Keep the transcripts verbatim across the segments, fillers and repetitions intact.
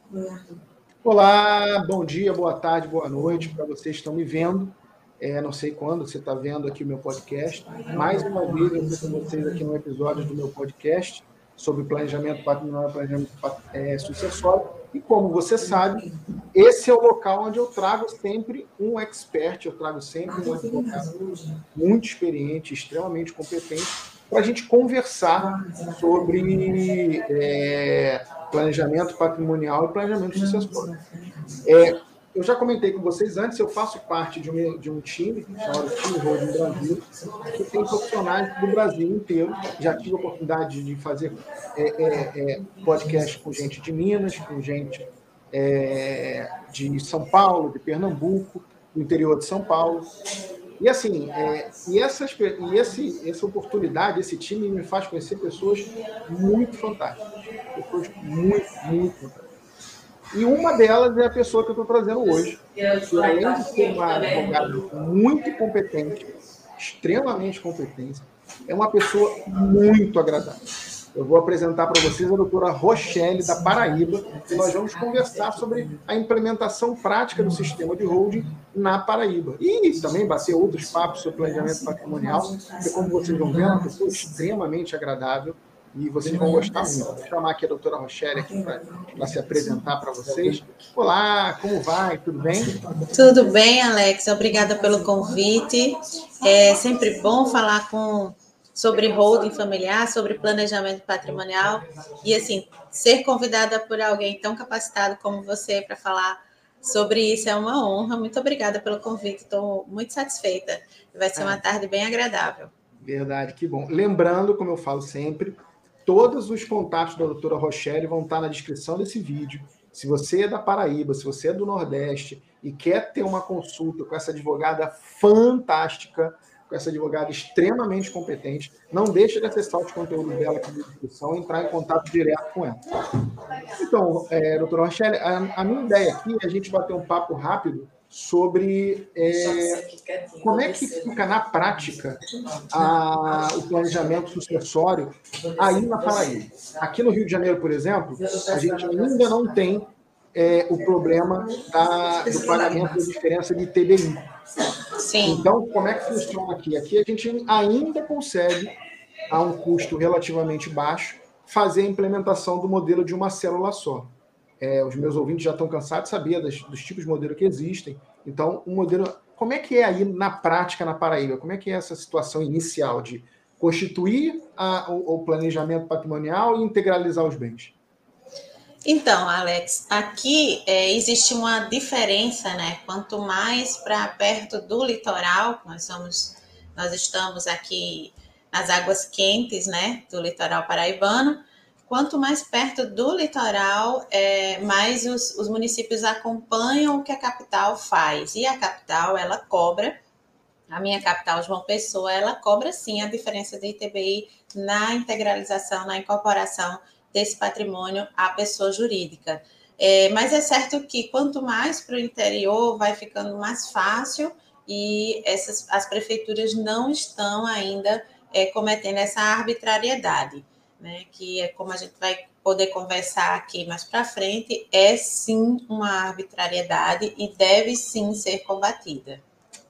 Olá, bom dia, boa tarde, boa noite para vocês que estão me vendo. É, não sei quando você está vendo aqui o meu podcast. Mais uma vez eu estou com vocês aqui no episódio do meu podcast sobre planejamento patrimonial e planejamento é, sucessório. E como você sabe, esse é o local onde eu trago sempre um expert, eu trago sempre um advogado muito experiente, extremamente competente, para a gente conversar sobre é, planejamento patrimonial e planejamento sucessório. É, eu já comentei com vocês antes, eu faço parte de um, de um time chamado Time Holding Brasil, que tem profissionais do Brasil inteiro. Já tive a oportunidade de fazer é, é, é, podcast com gente de Minas, com gente é, de São Paulo, de Pernambuco, do interior de São Paulo. E assim, é, e, essas, e esse, essa oportunidade, esse time me faz conhecer pessoas muito fantásticas. Pessoas muito, muito fantásticas. E uma delas é a pessoa que eu estou trazendo hoje, que além de ser uma advogada muito competente, extremamente competente, é uma pessoa muito agradável. Eu vou apresentar para vocês a doutora Rochelle, da Paraíba, e nós vamos conversar sobre a implementação prática do sistema de holding na Paraíba. E também bater outros papos sobre planejamento patrimonial, porque, como vocês vão ver, é uma pessoa extremamente agradável e vocês vão gostar muito. Vou chamar aqui a doutora Rochelle aqui para se apresentar para vocês. Olá, como vai? Tudo bem? Tudo bem, Alex. Obrigada pelo convite. É sempre bom falar com... sobre holding familiar, sobre planejamento patrimonial, e assim, ser convidada por alguém tão capacitado como você para falar sobre isso é uma honra. Muito obrigada pelo convite, estou muito satisfeita. Vai ser uma ah, tarde bem agradável. Verdade, que bom. Lembrando, como eu falo sempre, todos os contatos da doutora Rochelle vão estar na descrição desse vídeo. Se você é da Paraíba, se você é do Nordeste e quer ter uma consulta com essa advogada fantástica, com essa advogada extremamente competente, não deixe de acessar os conteúdos dela aqui na descrição e entrar em contato direto com ela. Então, é, doutora Rochelle, a, a minha ideia aqui é a gente bater um papo rápido sobre é, como é que fica na prática a, o planejamento sucessório aí na Paraíba. Aqui no Rio de Janeiro, por exemplo, a gente ainda não tem é, o problema da, do pagamento da diferença de I T B I. Sim. Então, como é que funciona aqui? Aqui a gente ainda consegue, a um custo relativamente baixo, fazer a implementação do modelo de uma célula só. É, os meus ouvintes já estão cansados de saber das, dos tipos de modelo que existem. Então, o modelo... Como é que é aí na prática na Paraíba? Como é que é essa situação inicial de constituir a, o, o planejamento patrimonial e integralizar os bens? Então, Alex, aqui é, existe uma diferença, né? Quanto mais para perto do litoral, nós somos, nós estamos aqui nas águas quentes, né? Do litoral paraibano. Quanto mais perto do litoral, é, mais os, os municípios acompanham o que a capital faz. E a capital, ela cobra, a minha capital, João Pessoa, ela cobra sim a diferença de I T B I na integralização, na incorporação desse patrimônio à pessoa jurídica. É, mas é certo que quanto mais para o interior vai ficando mais fácil e essas, as prefeituras não estão ainda é, cometendo essa arbitrariedade, né? Que é como a gente vai poder conversar aqui mais para frente, é sim uma arbitrariedade e deve sim ser combatida.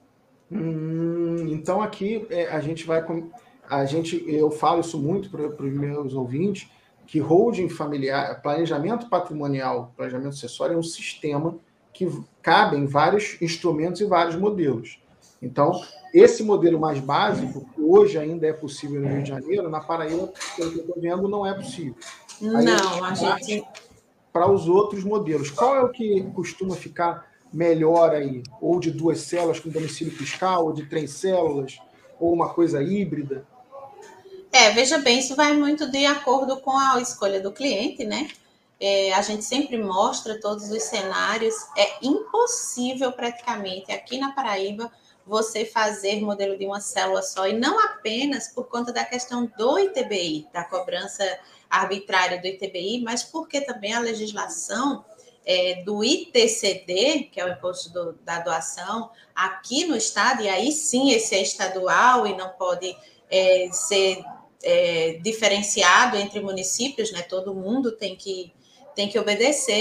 Hum, então aqui é, a gente vai... A gente, eu falo isso muito para os meus ouvintes, que holding familiar, planejamento patrimonial, planejamento sucessório é um sistema que cabe em vários instrumentos e vários modelos. Então, esse modelo mais básico, que hoje ainda é possível no Rio de Janeiro, na Paraíba, pelo que eu estou vendo, não é possível. Aí não, a gente... Para os outros modelos. Qual é o que costuma ficar melhor aí? Ou de duas células com domicílio fiscal, ou de três células, ou uma coisa híbrida? É, veja bem, isso vai muito de acordo com a escolha do cliente, né? É, a gente sempre mostra todos os cenários. É impossível, praticamente, aqui na Paraíba, você fazer modelo de uma célula só, e não apenas por conta da questão do I T B I, da cobrança arbitrária do I T B I, mas porque também a legislação é, do I T C D, que é o Imposto do, da Doação, aqui no estado, e aí sim esse é estadual e não pode é, ser é, diferenciado entre municípios, né? Todo mundo tem que, tem que obedecer,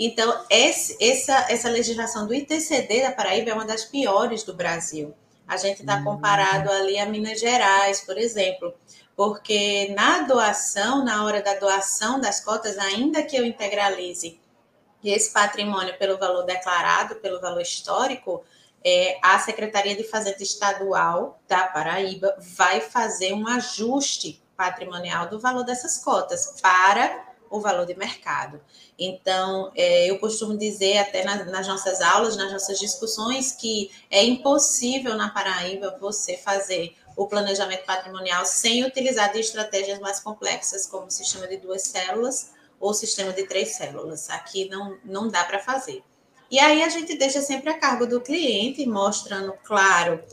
Então, esse, essa, essa legislação do I T C D da Paraíba é uma das piores do Brasil. A gente está comparado ali a Minas Gerais, por exemplo, porque na doação, na hora da doação das cotas, ainda que eu integralize esse patrimônio pelo valor declarado, pelo valor histórico, é, a Secretaria de Fazenda Estadual da Paraíba vai fazer um ajuste patrimonial do valor dessas cotas para o valor de mercado. Então, é, eu costumo dizer até na, nas nossas aulas, nas nossas discussões, que é impossível na Paraíba você fazer o planejamento patrimonial sem utilizar de estratégias mais complexas, como o sistema de duas células ou o sistema de três células. Aqui não, não dá para fazer. E aí a gente deixa sempre a cargo do cliente, mostrando, claro,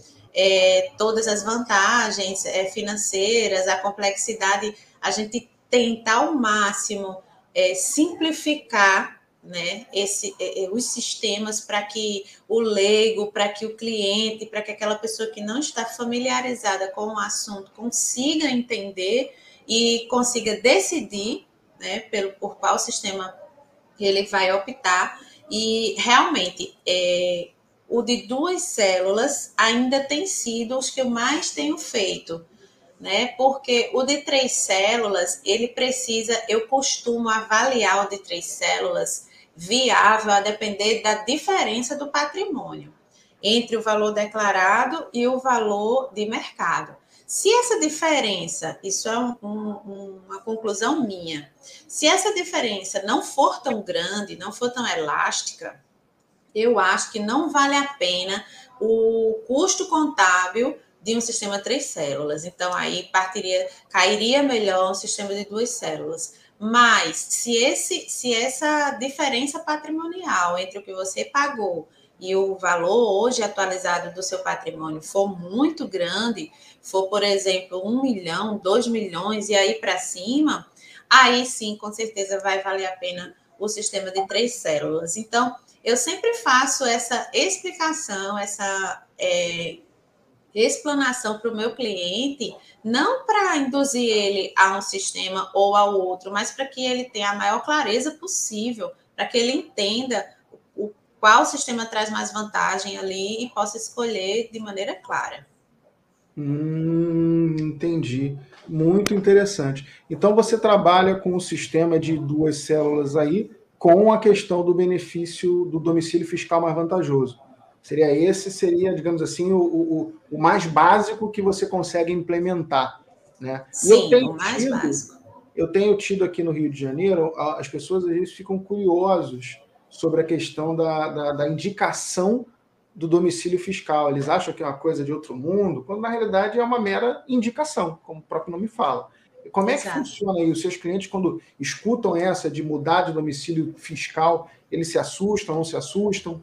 é, todas as vantagens é, financeiras, a complexidade, a gente tenta ao máximo é, simplificar, né, esse, é, os sistemas para que o leigo, para que o cliente, para que aquela pessoa que não está familiarizada com o assunto consiga entender e consiga decidir, né, pelo, por qual sistema ele vai optar. E realmente é, o de duas células ainda tem sido os que eu mais tenho feito, né? Porque o de três células, ele precisa, eu costumo avaliar o de três células viável a depender da diferença do patrimônio entre o valor declarado e o valor de mercado. Se essa diferença, isso é um, um, uma conclusão minha, se essa diferença não for tão grande, não for tão elástica, eu acho que não vale a pena o custo contábil de um sistema três células. Então, aí partiria, cairia melhor um sistema de duas células. Mas, se, esse, se essa diferença patrimonial entre o que você pagou e o valor hoje atualizado do seu patrimônio for muito grande, for, por exemplo, um milhão, dois milhões e aí para cima, aí sim, com certeza vai valer a pena o sistema de três células. Então, eu sempre faço essa explicação, essa é, explanação para o meu cliente, não para induzir ele a um sistema ou ao outro, mas para que ele tenha a maior clareza possível, para que ele entenda o, qual sistema traz mais vantagem ali e possa escolher de maneira clara. Hum, entendi. Muito interessante. Então você trabalha com o sistema de duas células aí, com a questão do benefício do domicílio fiscal mais vantajoso. Seria esse, seria, digamos assim, o, o, o mais básico que você consegue implementar, né? Sim, e eu tenho o mais tido, básico. Eu tenho tido aqui no Rio de Janeiro, as pessoas às vezes ficam curiosos sobre a questão da, da, da indicação do domicílio fiscal. Eles acham que é uma coisa de outro mundo, quando na realidade é uma mera indicação, como o próprio nome fala. Como é que Exato. funciona aí? Os seus clientes, quando escutam essa de mudar de domicílio fiscal, eles se assustam, não se assustam?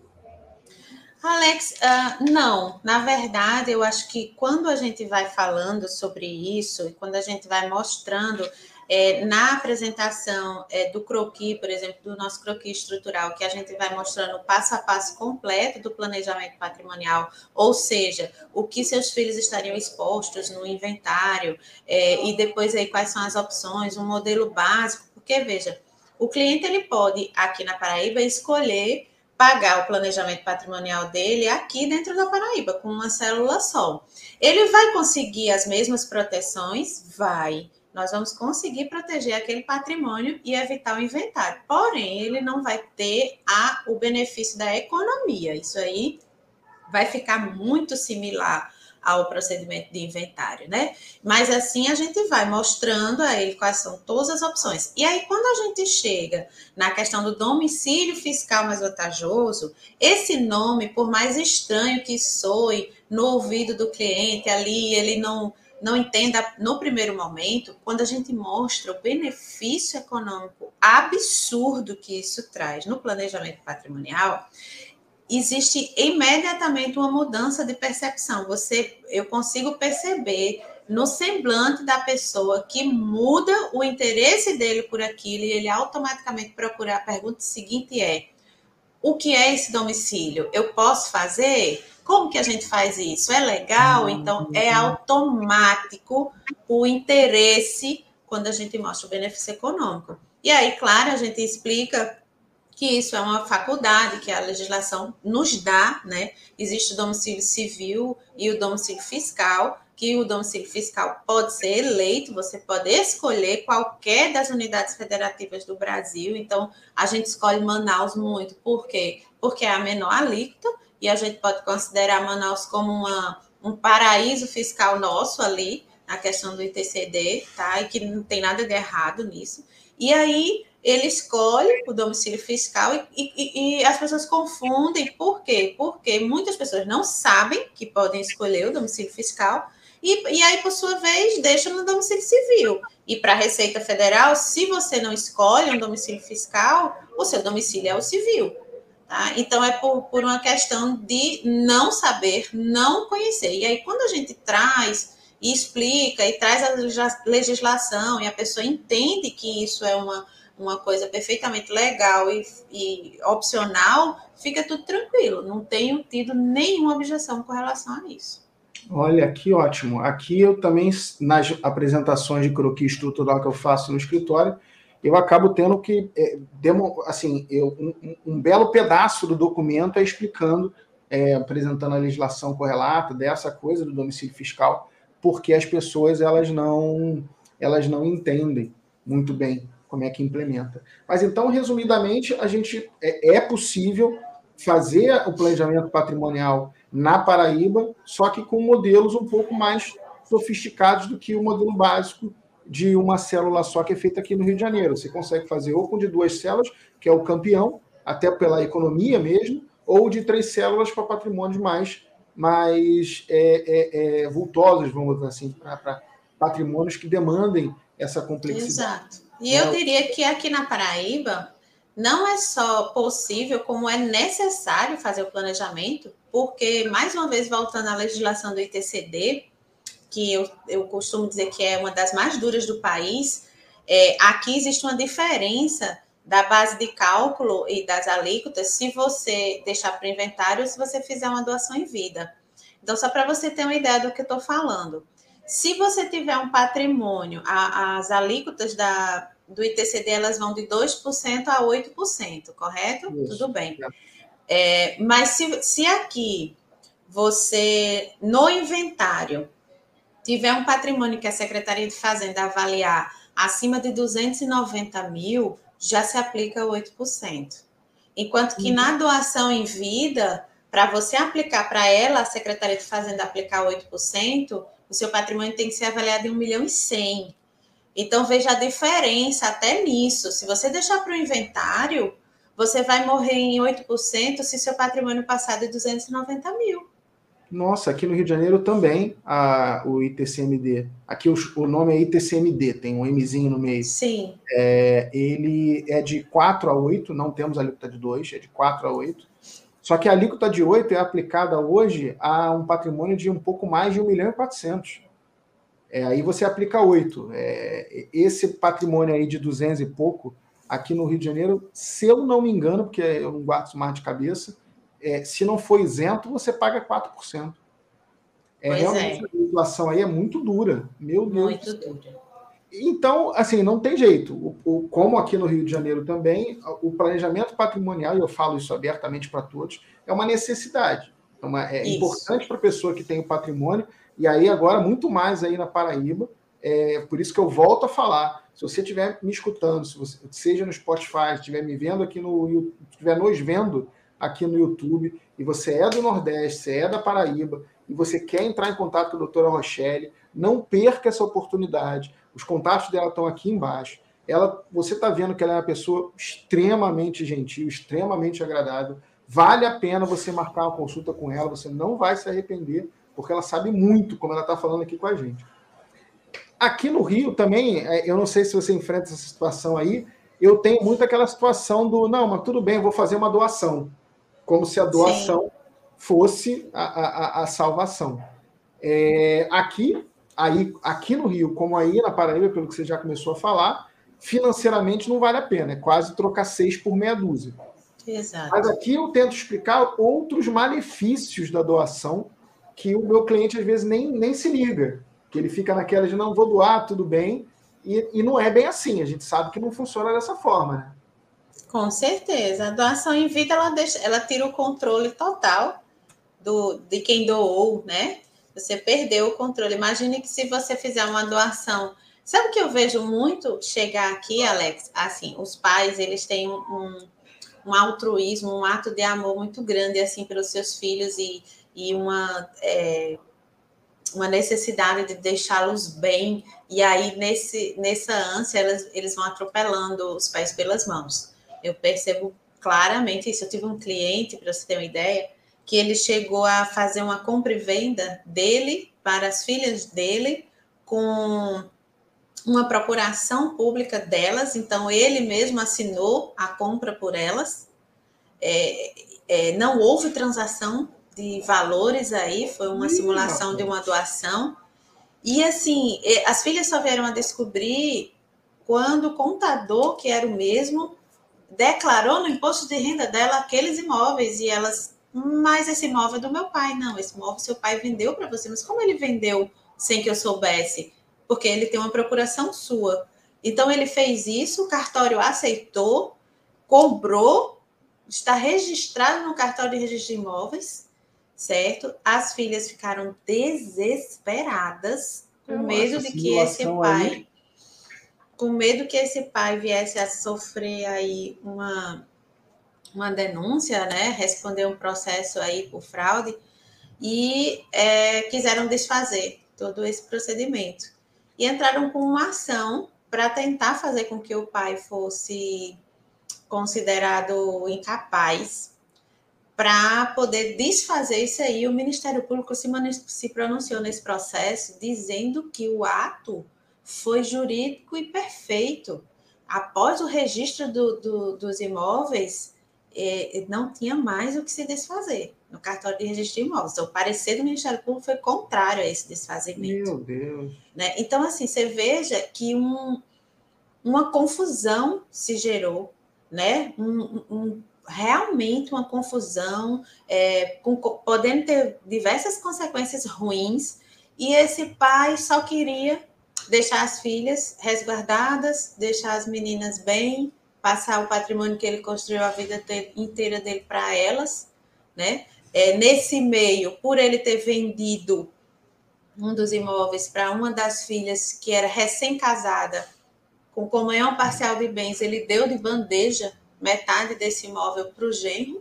Alex, uh, não. Na verdade, eu acho que quando a gente vai falando sobre isso, e quando a gente vai mostrando é, na apresentação é, do croquis, por exemplo, do nosso croquis estrutural, que a gente vai mostrando o passo a passo completo do planejamento patrimonial, ou seja, o que seus filhos estariam expostos no inventário, é, e depois aí quais são as opções, um modelo básico, porque, veja, o cliente ele pode, aqui na Paraíba, escolher pagar o planejamento patrimonial dele aqui dentro da Paraíba, com uma célula só. Ele vai conseguir as mesmas proteções? Vai. Nós vamos conseguir proteger aquele patrimônio e evitar o inventário. Porém, ele não vai ter a, o benefício da economia. Isso aí vai ficar muito similar ao procedimento de inventário, né? Mas assim a gente vai mostrando a ele quais são todas as opções. E aí, quando a gente chega na questão do domicílio fiscal mais vantajoso, esse nome, por mais estranho que soe no ouvido do cliente ali, ele não, não entenda no primeiro momento, quando a gente mostra o benefício econômico absurdo que isso traz no planejamento patrimonial, existe imediatamente uma mudança de percepção. Você, eu consigo perceber no semblante da pessoa que muda o interesse dele por aquilo e ele automaticamente procura. A pergunta seguinte é: o que é esse domicílio? Eu posso fazer? Como que a gente faz isso? É legal? Então, é automático o interesse quando a gente mostra o benefício econômico. E aí, claro, a gente explica que isso é uma faculdade que a legislação nos dá, né? Existe o domicílio civil e o domicílio fiscal, que o domicílio fiscal pode ser eleito, você pode escolher qualquer das unidades federativas do Brasil. Então, a gente escolhe Manaus muito. Por quê? Porque é a menor alíquota e a gente pode considerar Manaus como uma, um paraíso fiscal nosso ali, na questão do I T C D, tá? E que não tem nada de errado nisso. E aí, ele escolhe o domicílio fiscal e, e, e as pessoas confundem. Por quê? Porque muitas pessoas não sabem que podem escolher o domicílio fiscal e, e aí, por sua vez, deixam no domicílio civil. E para a Receita Federal, se você não escolhe um domicílio fiscal, o seu domicílio é o civil. Tá? Então, é por, por uma questão de não saber, não conhecer. E aí, quando a gente traz e explica e traz a legislação e a pessoa entende que isso é uma uma coisa perfeitamente legal e, e opcional, fica tudo tranquilo. Não tenho tido nenhuma objeção com relação a isso. Olha, que ótimo. Aqui eu também, nas apresentações de croquis estrutural que eu faço no escritório, eu acabo tendo que, é, demo, assim, eu, um, um belo pedaço do documento é explicando, é, apresentando a legislação correlata dessa coisa do domicílio fiscal, porque as pessoas elas não, elas não entendem muito bem como é que implementa. Mas então, resumidamente, a gente é, é possível fazer o planejamento patrimonial na Paraíba, só que com modelos um pouco mais sofisticados do que o modelo básico de uma célula só que é feita aqui no Rio de Janeiro. Você consegue fazer ou com de duas células, que é o campeão, até pela economia mesmo, ou de três células para patrimônios mais, mais é, é, é, vultosos, vamos dizer assim, para patrimônios que demandem essa complexidade. Exato. E eu diria que aqui na Paraíba não é só possível, como é necessário fazer o planejamento, porque, mais uma vez, voltando à legislação do I T C D, que eu, eu costumo dizer que é uma das mais duras do país, é, aqui existe uma diferença da base de cálculo e das alíquotas se você deixar para o inventário ou se você fizer uma doação em vida. Então, só para você ter uma ideia do que eu estou falando. Se você tiver um patrimônio, a, as alíquotas da, do I T C D elas vão de dois por cento a oito por cento, correto? Isso. Tudo bem. É, mas se, se aqui você, no inventário, tiver um patrimônio que a Secretaria de Fazenda avaliar acima de duzentos e noventa mil, já se aplica oito por cento. Enquanto que na doação em vida, para você aplicar para ela, a Secretaria de Fazenda aplicar oito por cento, o seu patrimônio tem que ser avaliado em um milhão e cem. Então, veja a diferença até nisso. Se você deixar para o inventário, você vai morrer em oito por cento se seu patrimônio passar de duzentos e noventa mil. Nossa, aqui no Rio de Janeiro também, a, o I T C M D. Aqui o, o nome é I T C M D, tem um Mzinho no meio. Sim. É, ele é de quatro a oito, não temos alíquota de dois, é de quatro a oito. Só que a alíquota de oito é aplicada hoje a um patrimônio de um pouco mais de um milhão e quatrocentos. É, aí você aplica oito. É, esse patrimônio aí de duzentos e pouco, aqui no Rio de Janeiro, se eu não me engano, porque eu não guardo isso mais de cabeça, é, se não for isento, você paga quatro por cento. É, pois realmente é. A legislação aí é muito dura. Meu Deus. Muito dura. Então, assim, não tem jeito. O, o, como aqui no Rio de Janeiro também, o planejamento patrimonial, e eu falo isso abertamente para todos, é uma necessidade. É, uma, é importante para a pessoa que tem o patrimônio, e aí agora muito mais aí na Paraíba. É por isso que eu volto a falar. Se você estiver me escutando, se você, seja no Spotify, se estiver me vendo aqui no YouTube, se estiver nos vendo aqui no YouTube, e você é do Nordeste, você é da Paraíba, e você quer entrar em contato com a doutora Rochelle, não perca essa oportunidade. Os contatos dela estão aqui embaixo. Ela, você está vendo que ela é uma pessoa extremamente gentil, extremamente agradável. Vale a pena você marcar uma consulta com ela, você não vai se arrepender, porque ela sabe muito, como ela está falando aqui com a gente. Aqui no Rio também, eu não sei se você enfrenta essa situação aí, eu tenho muito aquela situação do, não, mas tudo bem, eu vou fazer uma doação. Como se a doação Sim. fosse a, a, a salvação. É, aqui, aí, aqui no Rio, como aí na Paraíba, pelo que você já começou a falar, financeiramente não vale a pena, é quase trocar seis por meia dúzia. Exato. Mas aqui eu tento explicar outros malefícios da doação que o meu cliente às vezes nem, nem se liga, que ele fica naquela de não, vou doar, tudo bem, e, e não é bem assim, a gente sabe que não funciona dessa forma, né? Com certeza. A doação em vida, ela, deixa, ela tira o controle total do, de quem doou, né? Você perdeu o controle. Imagine que se você fizer uma doação... Sabe o que eu vejo muito chegar aqui, Alex? Assim, os pais, eles têm um, um, um altruísmo, um ato de amor muito grande, assim, pelos seus filhos e, e uma... É, uma necessidade de deixá-los bem, e aí nesse, nessa ânsia eles, eles vão atropelando os pés pelas mãos. Eu percebo claramente isso. Eu tive um cliente, para você ter uma ideia, que ele chegou a fazer uma compra e venda dele para as filhas dele com uma procuração pública delas, então ele mesmo assinou a compra por elas, é, é, não houve transação de valores aí, foi uma Ih, simulação rapaz. de uma doação. E assim, as filhas só vieram a descobrir quando o contador, que era o mesmo, declarou no imposto de renda dela aqueles imóveis, e elas, mas esse imóvel é do meu pai. Não, esse imóvel seu pai vendeu para você. Mas como ele vendeu sem que eu soubesse? Porque ele tem uma procuração sua. Então ele fez isso, o cartório aceitou, cobrou, está registrado no cartório de registro de imóveis, certo? As filhas ficaram desesperadas, com medo de que esse pai, aí... com medo que esse pai viesse a sofrer aí uma, uma denúncia, né? Responder um processo aí por fraude, e é, quiseram desfazer todo esse procedimento. E entraram com uma ação para tentar fazer com que o pai fosse considerado incapaz, para poder desfazer isso aí. O Ministério Público se, se pronunciou nesse processo, dizendo que o ato foi jurídico e perfeito. Após o registro do, do, dos imóveis, eh, não tinha mais o que se desfazer no cartório de registro de imóveis. Então, o parecer do Ministério Público foi contrário a esse desfazimento. Meu Deus! Né? Então, assim, você veja que um, uma confusão se gerou, né? Um, um, realmente uma confusão, é, com, podendo ter diversas consequências ruins, e esse pai só queria deixar as filhas resguardadas, deixar as meninas bem, passar o patrimônio que ele construiu a vida inteira dele para elas, né? É, nesse meio, por ele ter vendido um dos imóveis para uma das filhas que era recém-casada, com comunhão parcial de bens, ele deu de bandeja metade desse imóvel para o genro,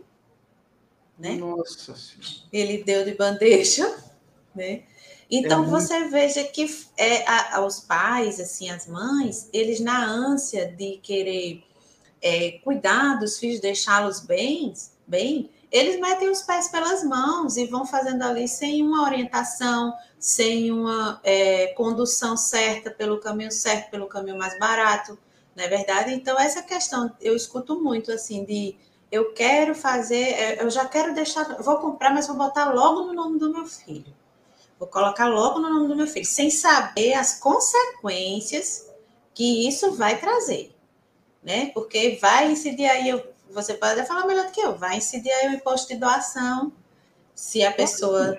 né? Nossa Senhora. Ele deu de bandeja, né? Então, é você muito... veja que é, a, a, os pais, assim, as mães, eles na ânsia de querer é, cuidar dos filhos, deixá-los bem, bem, eles metem os pés pelas mãos e vão fazendo ali sem uma orientação, sem uma é, condução certa pelo caminho certo, pelo caminho mais barato, não é verdade? Então, essa questão, eu escuto muito, assim, de eu quero fazer, eu já quero deixar, vou comprar, mas vou botar logo no nome do meu filho. Vou colocar logo no nome do meu filho, sem saber as consequências que isso vai trazer, né? Porque vai incidir aí, eu, você pode até falar melhor do que eu, vai incidir aí o imposto de doação, se a pessoa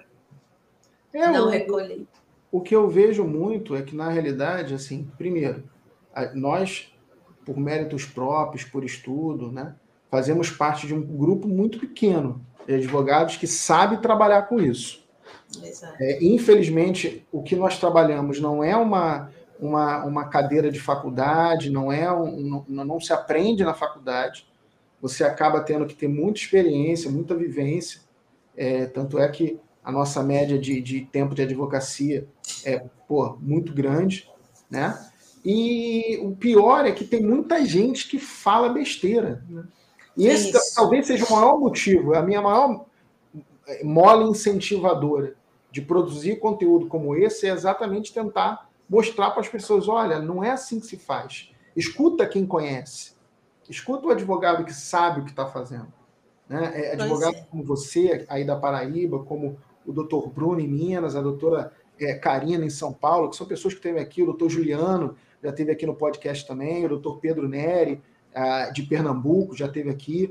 é, não o, recolher. O que eu vejo muito é que, na realidade, assim, primeiro, nós, por méritos próprios, por estudo, né, fazemos parte de um grupo muito pequeno de advogados que sabe trabalhar com isso. É, infelizmente, o que nós trabalhamos não é uma, uma, uma cadeira de faculdade, não, é um, não, não se aprende na faculdade. Você acaba tendo que ter muita experiência, muita vivência. É, tanto é que a nossa média de, de tempo de advocacia é pô, muito grande, né? E o pior é que tem muita gente que fala besteira, né? E esse Isso. talvez seja o maior motivo, a minha maior mola incentivadora de produzir conteúdo como esse é exatamente tentar mostrar para as pessoas, olha, não é assim que se faz. Escuta quem conhece. Escuta o advogado que sabe o que está fazendo. Né? Advogados é. como você, aí da Paraíba, como o doutor Bruno em Minas, a doutora é, Karina em São Paulo, que são pessoas que esteve aqui, o doutor Juliano já esteve aqui no podcast também, o doutor Pedro Neri, uh, de Pernambuco, já esteve aqui.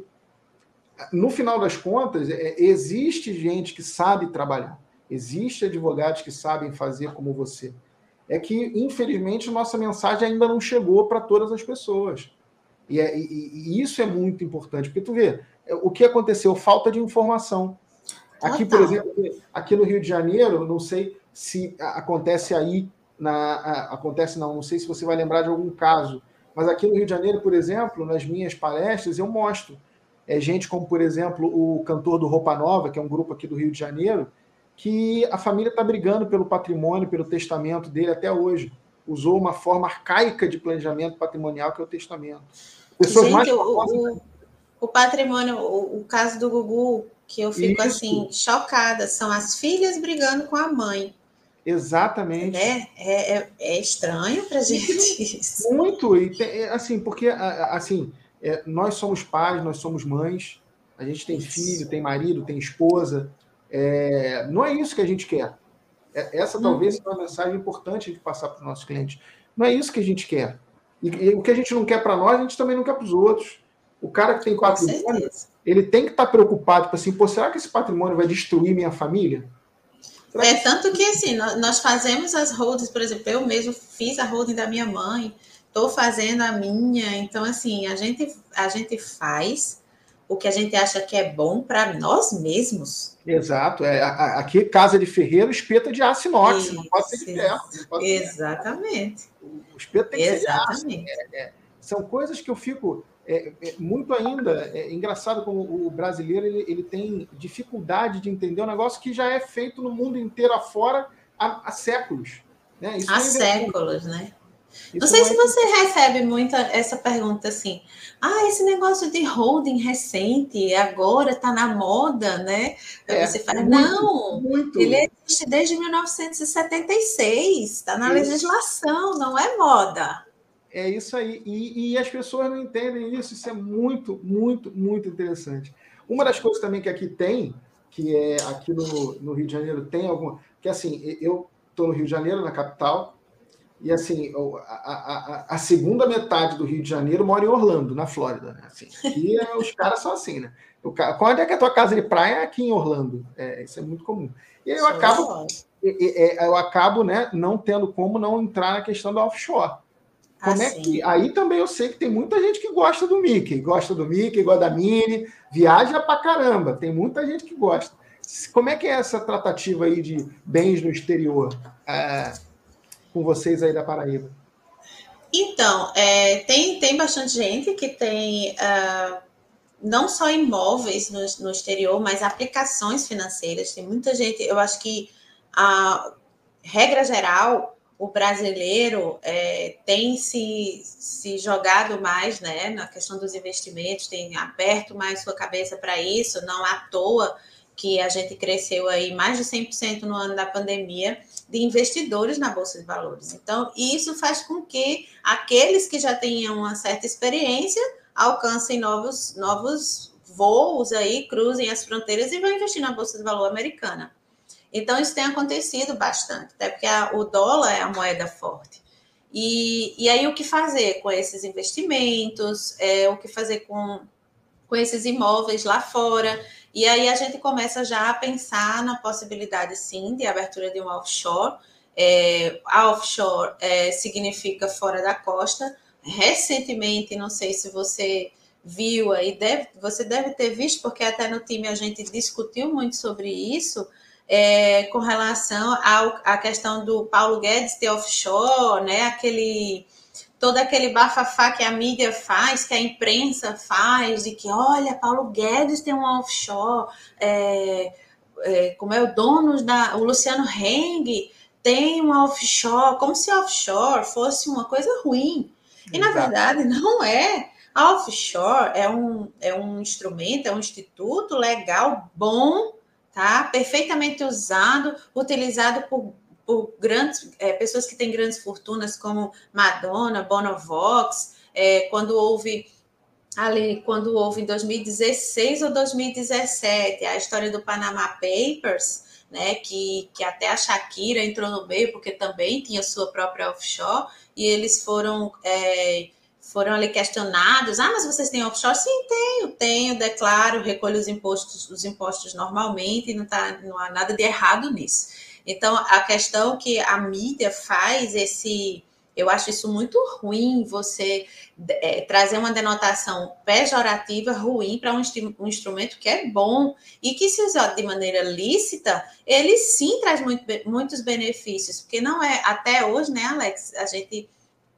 No final das contas, é, existe gente que sabe trabalhar. Existem advogados que sabem fazer como você. É que, infelizmente, nossa mensagem ainda não chegou para todas as pessoas. E, é, e, e isso é muito importante, porque tu vê, o que aconteceu? Falta de informação. Aqui, por exemplo, aqui no Rio de Janeiro, não sei se acontece aí, na, acontece não, não sei se você vai lembrar de algum caso, mas aqui no Rio de Janeiro, por exemplo, nas minhas palestras, eu mostro é, gente como, por exemplo, o cantor do Roupa Nova, que é um grupo aqui do Rio de Janeiro, que a família está brigando pelo patrimônio, pelo testamento dele até hoje. Usou uma forma arcaica de planejamento patrimonial, que é o testamento. Pessoas gente, mais famosas, o, o, o patrimônio, o, o caso do Gugu, que eu fico Isso. assim, chocada, são as filhas brigando com a mãe. Exatamente. É, é, é estranho para a gente isso. Muito, e tem, assim, porque assim, é, nós somos pais, nós somos mães, a gente tem isso. filho, tem marido, tem esposa. É, não é isso que a gente quer. Essa talvez seja uma mensagem importante de passar para os nossos clientes. Não é isso que a gente quer. E, e o que a gente não quer para nós, a gente também não quer para os outros. O cara que tem patrimônio, ele tem que estar preocupado, tipo assim, pô, será que esse patrimônio vai destruir minha família? Será é, que... tanto que assim, nós fazemos as holdings, por exemplo, eu mesmo fiz a holding da minha mãe, estou fazendo a minha, então assim, a gente, a gente faz o que a gente acha que é bom para nós mesmos. Exato. É, aqui, casa de ferreiro, espeta de aço inox, não pode ser de ferro. Exatamente. Ser. O espeto tem que Exatamente. ser de aço. É, é, são coisas que eu fico... É, é, muito ainda, é engraçado como o brasileiro ele, ele tem dificuldade de entender um negócio que já é feito no mundo inteiro afora há, há séculos. Né? Isso há séculos, né? Isso não sei não é... se você recebe muito essa pergunta assim, ah, esse negócio de holding recente, agora está na moda, né? Aí é, você fala, muito, não, muito. Ele existe desde mil novecentos e setenta e seis, está na isso. legislação, não é moda. É isso aí, e, e as pessoas não entendem isso, isso é muito, muito, muito interessante. Uma das coisas também que aqui tem, que é aqui no, no Rio de Janeiro tem alguma, que assim, eu estou no Rio de Janeiro, na capital, e assim, a, a, a segunda metade do Rio de Janeiro mora em Orlando, na Flórida, né? Assim, aqui é, os caras são assim, né? O, quando é que é a tua casa de praia? É aqui em Orlando, é, isso é muito comum. E aí eu acabo, eu acabo né, não tendo como não entrar na questão do offshore. Como assim. É que... Aí também eu sei que tem muita gente que gosta do Mickey, gosta do Mickey, gosta da Minnie, viaja pra caramba, tem muita gente que gosta. Como é que é essa tratativa aí de bens no exterior é, com vocês aí da Paraíba? Então, é, tem, tem bastante gente que tem uh, não só imóveis no, no exterior, mas aplicações financeiras. Tem muita gente, eu acho que a regra geral... O brasileiro é, tem se, se jogado mais, né, na questão dos investimentos, tem aberto mais sua cabeça para isso, não à toa que a gente cresceu aí mais de cem por cento no ano da pandemia de investidores na Bolsa de Valores. Então, isso faz com que aqueles que já tenham uma certa experiência alcancem novos, novos voos aí, cruzem as fronteiras e vão investir na Bolsa de Valor americana. Então, isso tem acontecido bastante, até porque a, o dólar é a moeda forte. E, e aí, o que fazer com esses investimentos, é, o que fazer com, com esses imóveis lá fora. E aí, a gente começa já a pensar na possibilidade, sim, de abertura de um offshore. É, a offshore é, significa fora da costa. Recentemente, não sei se você viu aí, deve, você deve ter visto, porque até no time a gente discutiu muito sobre isso, É, com relação ao, à questão do Paulo Guedes ter offshore, né? Aquele, todo aquele bafafá que a mídia faz, que a imprensa faz, de que, olha, Paulo Guedes tem um offshore, é, é, como é o dono da... O Luciano Heng tem um offshore, como se offshore fosse uma coisa ruim. E, Exato. Na verdade, não é. A offshore é um, é um instrumento, é um instituto legal, bom, tá? Perfeitamente usado, utilizado por, por grandes é, pessoas que têm grandes fortunas, como Madonna, Bonovox, é, quando houve ali, quando houve em dois mil e dezesseis ou dois mil e dezessete, a história do Panama Papers, né, que, que até a Shakira entrou no meio, porque também tinha sua própria offshore, e eles foram... É, foram ali questionados, ah, mas vocês têm offshore? Sim, tenho, tenho, declaro, recolho os impostos, os impostos normalmente, não, tá, não há nada de errado nisso. Então, a questão que a mídia faz esse, Eu acho isso muito ruim, você é, trazer uma denotação pejorativa ruim para um, um instrumento que é bom e que, se usado de maneira lícita, ele sim traz muito, muitos benefícios, porque não é, até hoje, né, Alex, a gente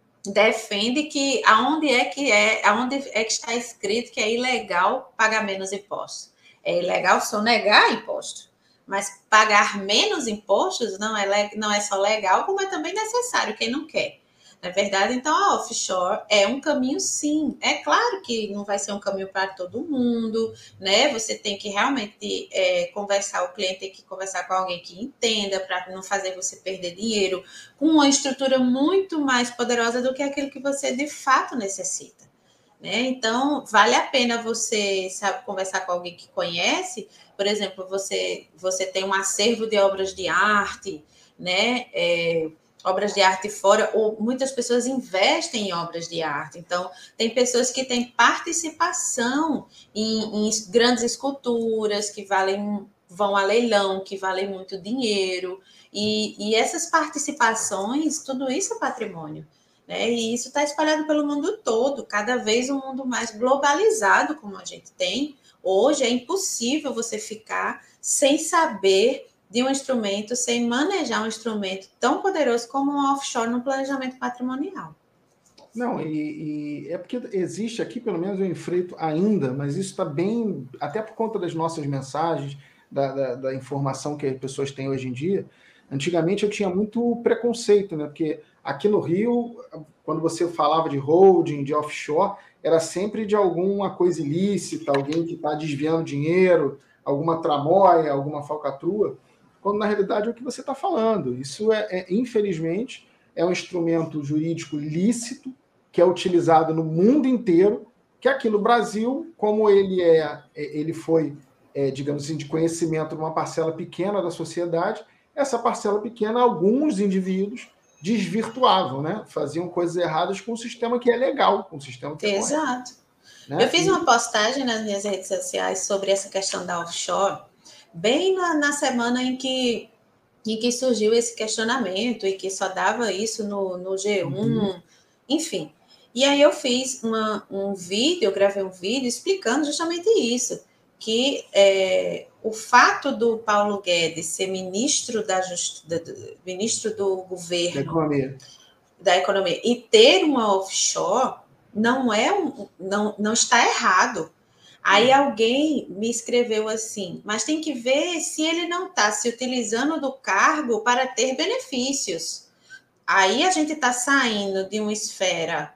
defende que aonde é que é, aonde é que está escrito que é ilegal pagar menos impostos. É ilegal sonegar imposto, mas pagar menos impostos não é, não é só legal, como é também necessário, quem não quer. Na verdade, então, a offshore é um caminho, sim. É claro que não vai ser um caminho para todo mundo, né? Você tem que realmente é, conversar, o cliente tem que conversar com alguém que entenda, para não fazer você perder dinheiro, com uma estrutura muito mais poderosa do que aquilo que você de fato necessita. Né? Então, vale a pena você, sabe, conversar com alguém que conhece. Por exemplo, você, você tem um acervo de obras de arte, né? É, obras de arte fora, ou muitas pessoas investem em obras de arte. Então, tem pessoas que têm participação em, em grandes esculturas que valem, vão a leilão, que valem muito dinheiro. E, e essas participações, tudo isso é patrimônio. Né? E isso está espalhado pelo mundo todo, cada vez um mundo mais globalizado como a gente tem. Hoje é impossível você ficar sem saber de um instrumento, sem manejar um instrumento tão poderoso como um offshore no planejamento patrimonial. Não, e, e é porque existe aqui, pelo menos eu enfrento ainda, mas isso está bem, até por conta das nossas mensagens, da, da, da informação que as pessoas têm hoje em dia. Antigamente eu tinha muito preconceito, né? Porque aqui no Rio, quando você falava de holding, de offshore, era sempre de alguma coisa ilícita, alguém que está desviando dinheiro, alguma tramóia, alguma falcatrua, quando na realidade é o que você está falando. Isso é, é, infelizmente, é um instrumento jurídico lícito, que é utilizado no mundo inteiro, que aqui no Brasil, como ele, é, ele foi, é, digamos assim, de conhecimento de uma parcela pequena da sociedade, essa parcela pequena, alguns indivíduos desvirtuavam, né? Faziam coisas erradas com um sistema que é legal, com um sistema que é Exato. correto. Né? Eu fiz e... uma postagem nas minhas redes sociais sobre essa questão da offshore, bem na, na semana em que, em que surgiu esse questionamento e que só dava isso no, no G um, uhum. Enfim. E aí eu fiz uma, um vídeo, eu gravei um vídeo explicando justamente isso, que é, o fato do Paulo Guedes ser ministro, da just, ministro do governo da economia. da economia e ter uma offshore não é um, não, não está errado. Aí alguém me escreveu assim, mas tem que ver se ele não está se utilizando do cargo para ter benefícios. Aí a gente está saindo de uma esfera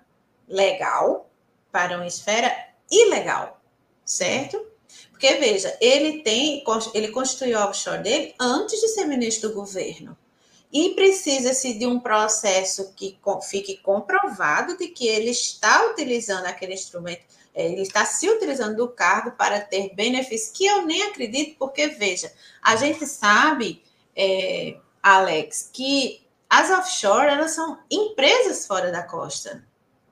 legal para uma esfera ilegal, certo? Porque, veja, ele tem, ele constituiu a offshore dele antes de ser ministro do governo. E precisa-se de um processo que fique comprovado de que ele está utilizando aquele instrumento, ele está se utilizando do cargo para ter benefícios, que eu nem acredito, porque, veja, a gente sabe, é, Alex, que as offshore, elas são empresas fora da costa.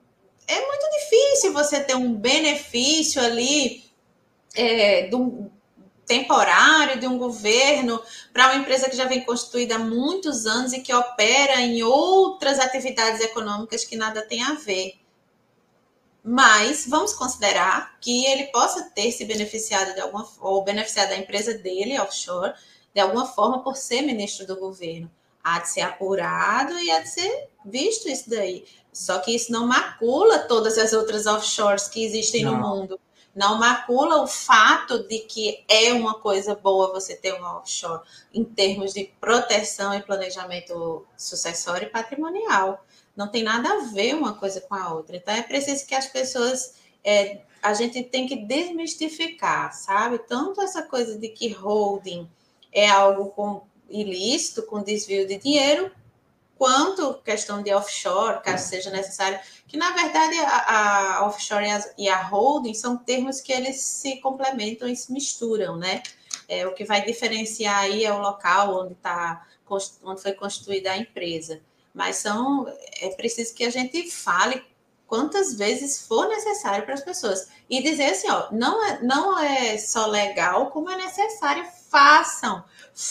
É muito difícil você ter um benefício ali é, do, temporário de um governo para uma empresa que já vem constituída há muitos anos e que opera em outras atividades econômicas que nada tem a ver. Mas vamos considerar que ele possa ter se beneficiado de alguma ou beneficiado da empresa dele, offshore, de alguma forma por ser ministro do governo. Há de ser apurado e há de ser visto isso daí. Só que isso não macula todas as outras offshores que existem não. no mundo. Não macula o fato de que é uma coisa boa você ter uma offshore em termos de proteção e planejamento sucessório e patrimonial. Não tem nada a ver uma coisa com a outra. Então, é preciso que as pessoas... É, a gente tem que desmistificar, sabe? Tanto essa coisa de que holding é algo com ilícito, com desvio de dinheiro, quanto questão de offshore, caso seja necessário, que, na verdade, a, a offshore e a, e a holding são termos que eles se complementam e se misturam, né? É, o que vai diferenciar aí é o local onde, tá, onde foi constituída a empresa. Mas são, é preciso que a gente fale quantas vezes for necessário para as pessoas. E dizer assim, ó, não é, não é só legal, como é necessário, façam,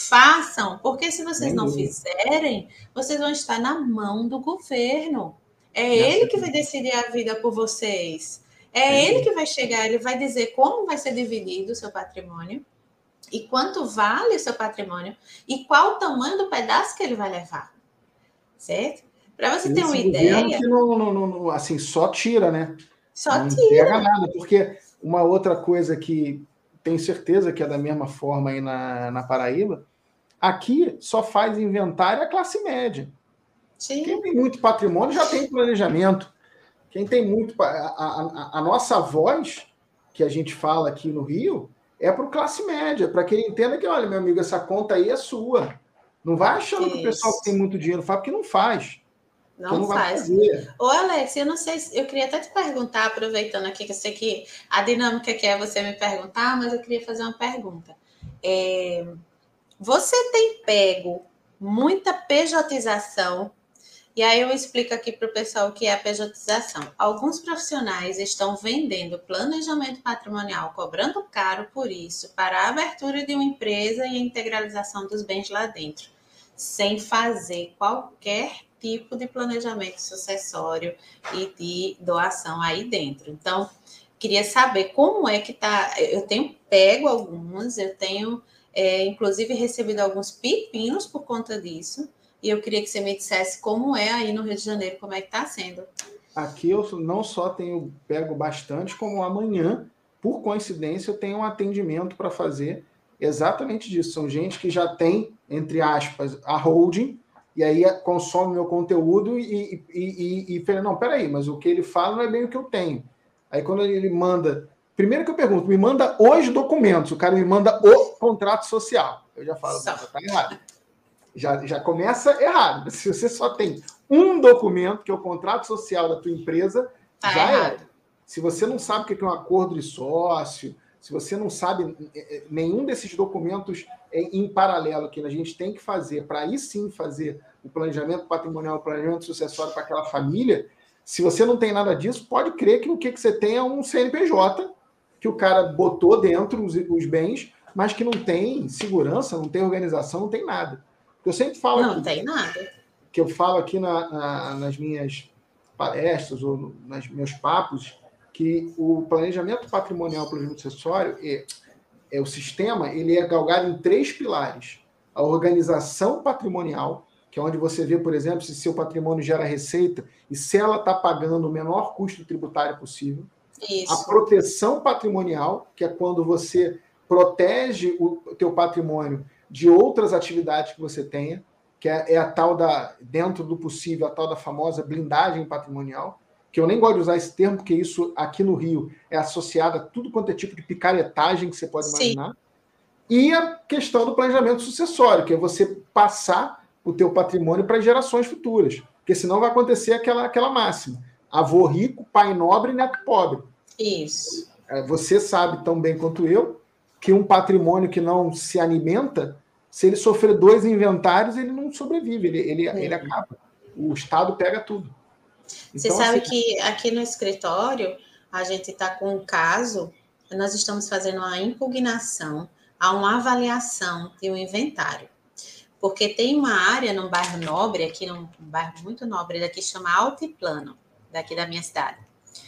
façam, porque se vocês não fizerem, vocês vão estar na mão do governo. É ele que vai decidir a vida por vocês. É ele que vai chegar, ele vai dizer como vai ser dividido o seu patrimônio, e quanto vale o seu patrimônio, e qual o tamanho do pedaço que ele vai levar. Certo? Para você ter uma ideia... que não, não, não, assim, só tira, né? Só não tira. Não pega nada, porque uma outra coisa que tenho certeza que é da mesma forma aí na, na Paraíba, aqui só faz inventário a classe média. Sim. Quem tem muito patrimônio já tem planejamento. Quem tem muito... A, a, a nossa voz, que a gente fala aqui no Rio, é para o classe média, para que ele entenda que, olha, meu amigo, essa conta aí é sua. Não vai achando Isso. que o pessoal que tem muito dinheiro faz, porque não faz. Não, não faz. Ô, Alex, eu não sei, eu queria até te perguntar, aproveitando aqui, que eu sei que a dinâmica que é você me perguntar, mas eu queria fazer uma pergunta. É, você tem pego muita pejotização? E aí eu explico aqui para o pessoal o que é a pejotização. Alguns profissionais estão vendendo planejamento patrimonial, cobrando caro por isso, para a abertura de uma empresa e a integralização dos bens lá dentro, sem fazer qualquer tipo de planejamento sucessório e de doação aí dentro. Então, queria saber como é que tá. Eu tenho pego algumas, eu tenho, é, inclusive, recebido alguns pepinos por conta disso. E eu queria que você me dissesse como é aí no Rio de Janeiro, como é que está sendo. Aqui eu não só tenho pego bastante, como amanhã, por coincidência, eu tenho um atendimento para fazer exatamente disso. São gente que já tem, entre aspas, a holding, e aí consome meu conteúdo e, e, e, e fala, não, peraí, mas o que ele fala não é bem o que eu tenho. Aí quando ele manda... Primeiro que eu pergunto, me manda os documentos, o cara me manda o contrato social. Eu já falo, está errado. Já, já começa errado. Se você só tem um documento, que é o contrato social da tua empresa, tá já errado. É. Se você não sabe o que é um acordo de sócio, se você não sabe nenhum desses documentos em paralelo que a gente tem que fazer para aí sim fazer o planejamento patrimonial, o planejamento sucessório para aquela família, se você não tem nada disso, pode crer que o que você tem é um C N P J que o cara botou dentro os, os bens, mas que não tem segurança, não tem organização, não tem nada. Eu sempre falo não aqui, tem nada. Que eu falo aqui na, na, nas minhas palestras ou nos meus papos, que o planejamento patrimonial, o planejamento sucessório, é, é o sistema, ele é galgado em três pilares. A organização patrimonial, que é onde você vê, por exemplo, se seu patrimônio gera receita e se ela está pagando o menor custo tributário possível. Isso. A proteção patrimonial, que é quando você protege o teu patrimônio de outras atividades que você tenha, que é, é a tal da, dentro do possível, a tal da famosa blindagem patrimonial, que eu nem gosto de usar esse termo, porque isso aqui no Rio é associado a tudo quanto é tipo de picaretagem que você pode imaginar. Sim. E a questão do planejamento sucessório, que é você passar o teu patrimônio para gerações futuras, porque senão vai acontecer aquela, aquela máxima, avô rico, pai nobre e neto pobre. Isso. Você sabe tão bem quanto eu que um patrimônio que não se alimenta, se ele sofrer dois inventários, ele não sobrevive, ele, ele, ele acaba. O Estado pega tudo. Você então, sabe assim, que aqui no escritório, a gente está com um caso, nós estamos fazendo uma impugnação a uma avaliação de um inventário. Porque tem uma área num bairro nobre, aqui num bairro muito nobre, daqui chama Altiplano, daqui da minha cidade.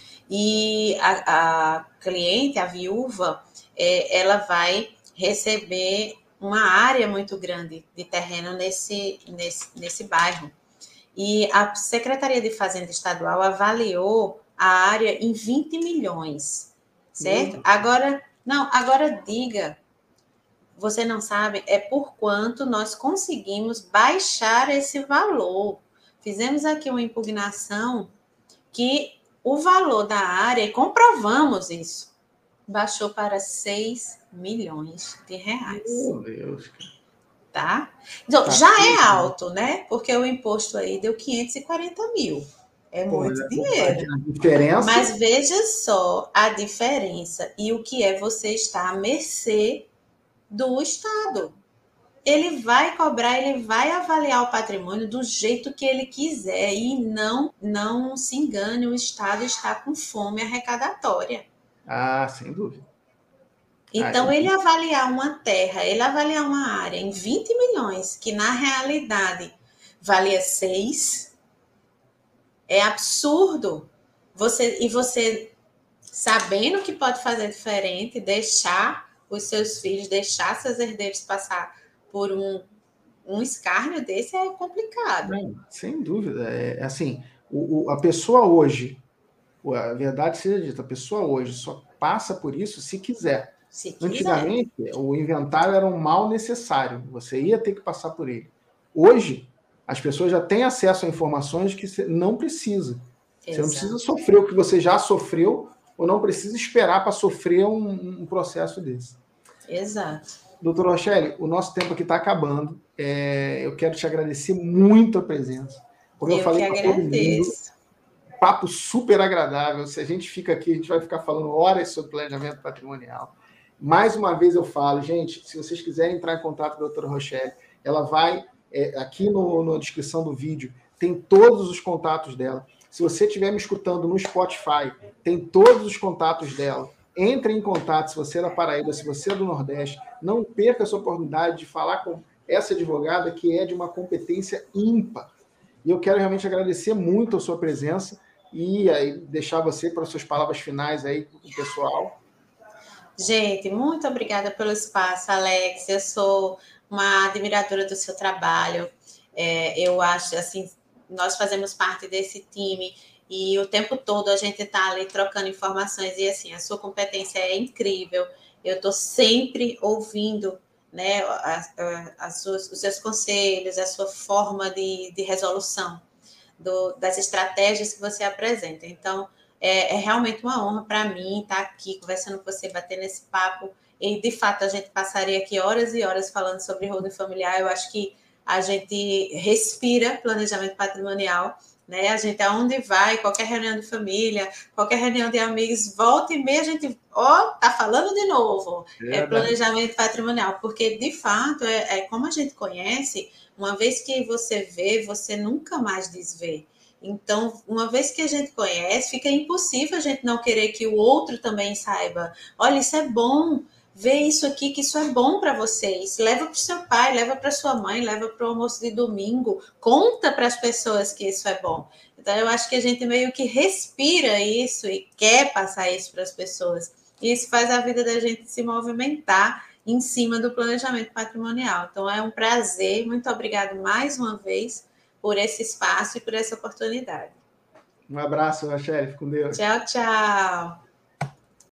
E a, a cliente, a viúva, é, ela vai receber uma área muito grande de terreno nesse, nesse, nesse bairro. E a Secretaria de Fazenda Estadual avaliou a área em vinte milhões, certo? Uhum. Agora, não, agora diga, você não sabe, é por quanto nós conseguimos baixar esse valor. Fizemos aqui uma impugnação que o valor da área, e comprovamos isso, baixou para seis milhões de reais. Meu Deus. Tá? Então, tá, já é alto, né? Porque o imposto aí deu quinhentos e quarenta mil. É Pô, muito dinheiro. A diferença... Mas veja só a diferença e o que é você estar à mercê do Estado. ele vai cobrar, ele vai avaliar o patrimônio do jeito que ele quiser e não, não se engane, o Estado está com fome arrecadatória. Ah, sem dúvida. Então, Ah, ele avaliar uma terra, ele avaliar uma área em vinte milhões, que na realidade valia seis, é absurdo. Você, e você, sabendo que pode fazer diferente, deixar os seus filhos, deixar seus herdeiros passar por um, um escárnio desse é complicado. não, sem dúvida. É assim, o, o, a pessoa hoje, a verdade seja dita, a pessoa hoje só passa por isso se quiser. Se quiser. Antigamente, o inventário era um mal necessário, você ia ter que passar por ele. Hoje, as pessoas já têm acesso a informações que você não precisa. Você Exato. não precisa sofrer o que você já sofreu, ou não precisa esperar para sofrer um, um processo desse. Exato. Doutora Rochelle, o nosso tempo aqui está acabando. É, eu quero te agradecer muito a presença. Como eu, eu falei para todo mundo, papo super agradável. Se a gente fica aqui, a gente vai ficar falando horas sobre planejamento patrimonial. Mais uma vez eu falo, gente, se vocês quiserem entrar em contato com a doutora Rochelle, ela vai, é, aqui no, na descrição do vídeo, tem todos os contatos dela. Se você estiver me escutando no Spotify, tem todos os contatos dela. Entre em contato, se você é da Paraíba, se você é do Nordeste, não perca essa oportunidade de falar com essa advogada que é de uma competência ímpar. E eu quero realmente agradecer muito a sua presença e aí deixar você para as suas palavras finais aí com o pessoal. Gente, muito obrigada pelo espaço, Alex. Eu sou uma admiradora do seu trabalho. É, eu acho, assim, nós fazemos parte desse time e o tempo todo a gente está ali trocando informações e, assim, a sua competência é incrível. Eu estou sempre ouvindo, né, as, as suas, os seus conselhos, a sua forma de, de resolução do, das estratégias que você apresenta. Então, É, é realmente uma honra para mim estar aqui conversando com você, batendo esse papo. E, de fato, a gente passaria aqui horas e horas falando sobre holding familiar. Eu acho que a gente respira planejamento patrimonial, né? A gente, aonde vai, qualquer reunião de família, qualquer reunião de amigos, volta e meia a gente, ó, tá falando de novo. É, é planejamento patrimonial, porque, de fato, é, é como a gente conhece, uma vez que você vê, você nunca mais desvê. Então, uma vez que a gente conhece, fica impossível a gente não querer que o outro também saiba. Olha, isso é bom, vê isso aqui, que isso é bom para vocês. Leva para o seu pai, leva para sua mãe, leva para o almoço de domingo. Conta para as pessoas que isso é bom. Então, eu acho que a gente meio que respira isso e quer passar isso para as pessoas. E isso faz a vida da gente se movimentar em cima do planejamento patrimonial. Então, é um prazer. Muito obrigada mais uma vez por esse espaço e por essa oportunidade. Um abraço, Rochelle. Fique com Deus. Tchau, tchau.